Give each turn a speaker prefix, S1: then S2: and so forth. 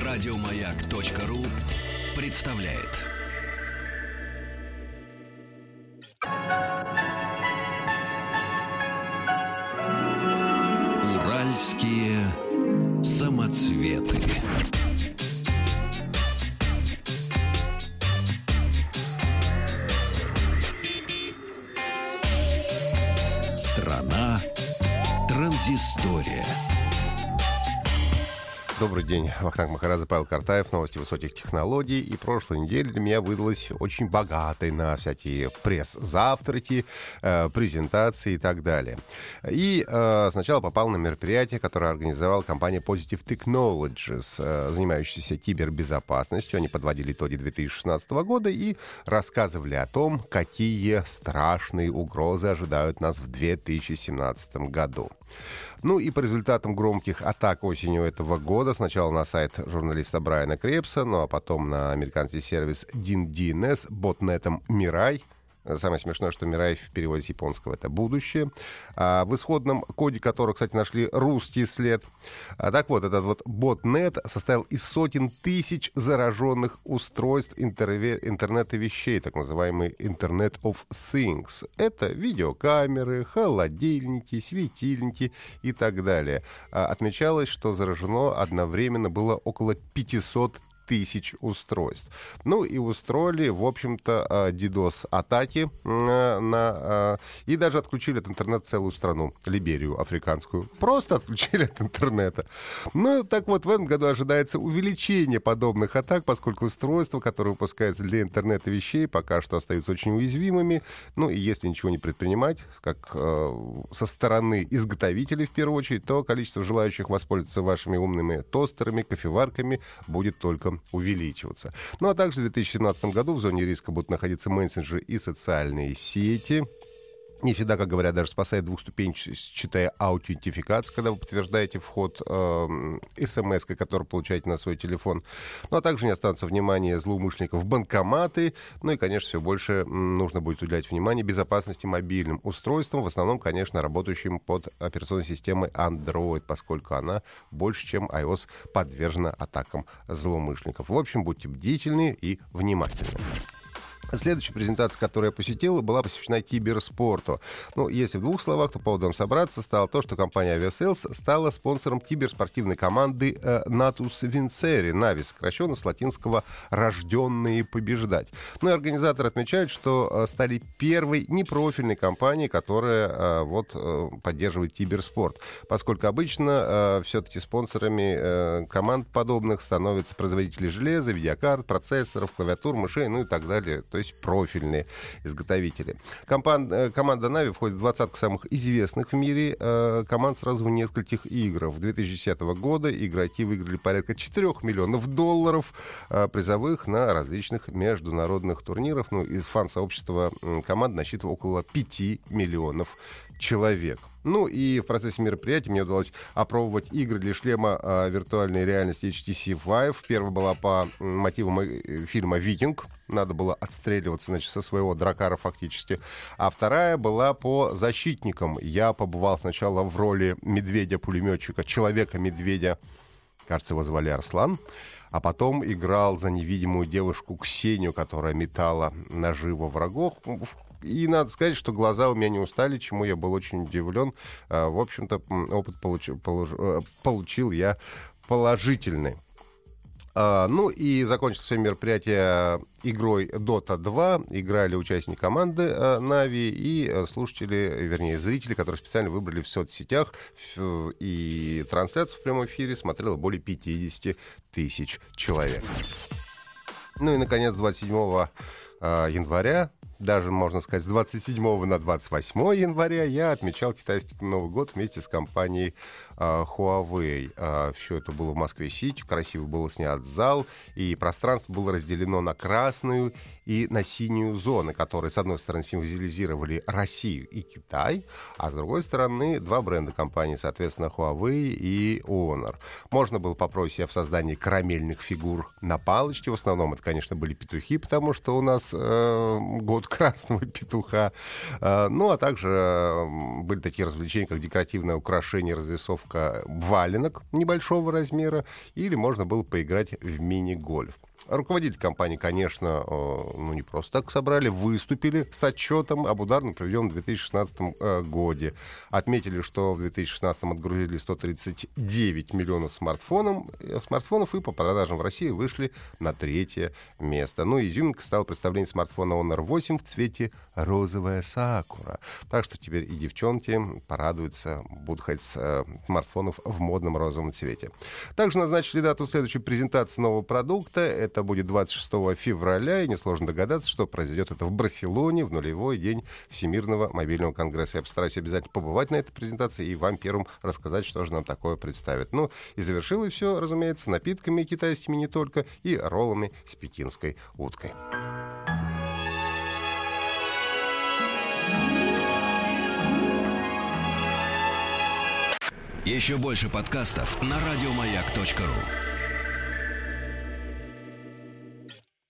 S1: Радиомаяк.ру представляет. Уральские самоцветы. Страна транзистория.
S2: Добрый день, Вахтанг Махарадзе, Павел Картаев, новости высоких технологий. И прошлая неделя для меня выдалась очень богатой на всякие пресс-завтраки, презентации и так далее. И сначала попал на мероприятие, которое организовала компания Positive Technologies, занимающаяся кибербезопасностью. Они подводили итоги 2016 года и рассказывали о том, какие страшные угрозы ожидают нас в 2017 году. Ну и по результатам громких атак осенью этого года, сначала на сайт журналиста Брайана Крепса, ну а потом на американский сервис DNS, ботнетом Mirai. Самое смешное, что Mirai в переводе с японского — это будущее. В исходном коде которого, кстати, нашли русский след. Так вот, этот вот ботнет состоял из сотен тысяч зараженных устройств интернета вещей, так называемый Internet of Things. Это видеокамеры, холодильники, светильники и так далее. Отмечалось, что заражено одновременно было около 500 тысяч устройств. Ну и устроили, в общем-то, DDoS-атаки и даже отключили от интернета целую страну, Либерию африканскую. Просто отключили от интернета. Ну, так вот, в этом году ожидается увеличение подобных атак, поскольку устройства, которые выпускаются для интернета вещей, пока что остаются очень уязвимыми. Ну и если ничего не предпринимать, как со стороны изготовителей в первую очередь, то количество желающих воспользоваться вашими умными тостерами, кофеварками будет только увеличиваться. Ну а также в 2017 году в зоне риска будут находиться мессенджеры и социальные сети. Не всегда, как говорят, даже спасает двухступенчатая аутентификация, когда вы подтверждаете вход смс-кой, которую получаете на свой телефон. Ну, а также не останется внимания злоумышленников банкоматы. Ну и, конечно, все больше нужно будет уделять внимание безопасности мобильным устройствам, в основном, конечно, работающим под операционной системой Android, поскольку она больше, чем iOS, подвержена атакам злоумышленников. В общем, будьте бдительны и внимательны. Следующая презентация, которую я посетил, была посвящена киберспорту. Ну, если в двух словах, то поводом собраться стало то, что компания Aviasales стала спонсором киберспортивной команды Natus Vincere, Нави, сокращенно с латинского «рожденные побеждать». Ну и организаторы отмечают, что стали первой непрофильной компанией, которая поддерживает киберспорт, поскольку обычно все-таки спонсорами команд подобных становятся производители железа, видеокарт, процессоров, клавиатур, мышей, ну и так далее. То есть профильные изготовители. Команда Na'Vi входит в 20 самых известных в мире команд сразу в нескольких играх. В 2010 года игроки выиграли порядка $4 миллионов призовых на различных международных турнирах. Ну и фан-сообщество команд насчитывало около 5 миллионов человек. Ну и в процессе мероприятия мне удалось опробовать игры для шлема виртуальной реальности HTC Vive. Первая была по мотивам фильма «Викинг». Надо было отстреливаться, значит, со своего дракара фактически. А вторая была по защитникам. Я побывал сначала в роли медведя-пулеметчика, человека-медведя. Кажется, его звали Арслан. А потом играл за невидимую девушку Ксению, которая метала ножи во врагов. И надо сказать, что глаза у меня не устали, чему я был очень удивлен. В общем-то, опыт получил я положительный. Ну и закончилось все мероприятие игрой Dota 2. Играли участники команды Na'Vi и слушатели, вернее, зрители, которые специально выбрали в соцсетях. И трансляцию в прямом эфире смотрело более 50 тысяч человек. Ну и, наконец, 27 января, даже, можно сказать, с 27 на 28 января я отмечал китайский Новый год вместе с компанией Huawei. Все это было в Москве-Сити, красиво был снят зал, и пространство было разделено на красную и на синюю зоны, которые, с одной стороны, символизировали Россию и Китай, а с другой стороны, два бренда компании, соответственно, Huawei и Honor. Можно было попробовать себя в создании карамельных фигур на палочке. В основном это, конечно, были петухи, потому что у нас год красного петуха. Ну, а также были такие развлечения, как декоративное украшение, разрисовка валенок небольшого размера, или можно было поиграть в мини-гольф. Руководитель компании, конечно, не просто так собрали, выступили с отчетом об ударно проведенном в 2016 году. Отметили, что в 2016 отгрузили 139 миллионов смартфонов и по продажам в России вышли на 3-е место. Ну и изюминкой стало представление смартфона Honor 8 в цвете розовая сакура. Так что теперь и девчонки порадуются, будут ходить с смартфонов в модном розовом цвете. Также назначили дату следующей презентации нового продукта. Это будет 26 февраля, и несложно догадаться, что произойдет это в Барселоне в нулевой день Всемирного мобильного конгресса. Я постараюсь обязательно побывать на этой презентации и вам первым рассказать, что же нам такое представят. Ну, и завершилось все, разумеется, напитками китайскими не только, и роллами с пекинской уткой.
S1: Еще больше подкастов на радиомаяк.ру.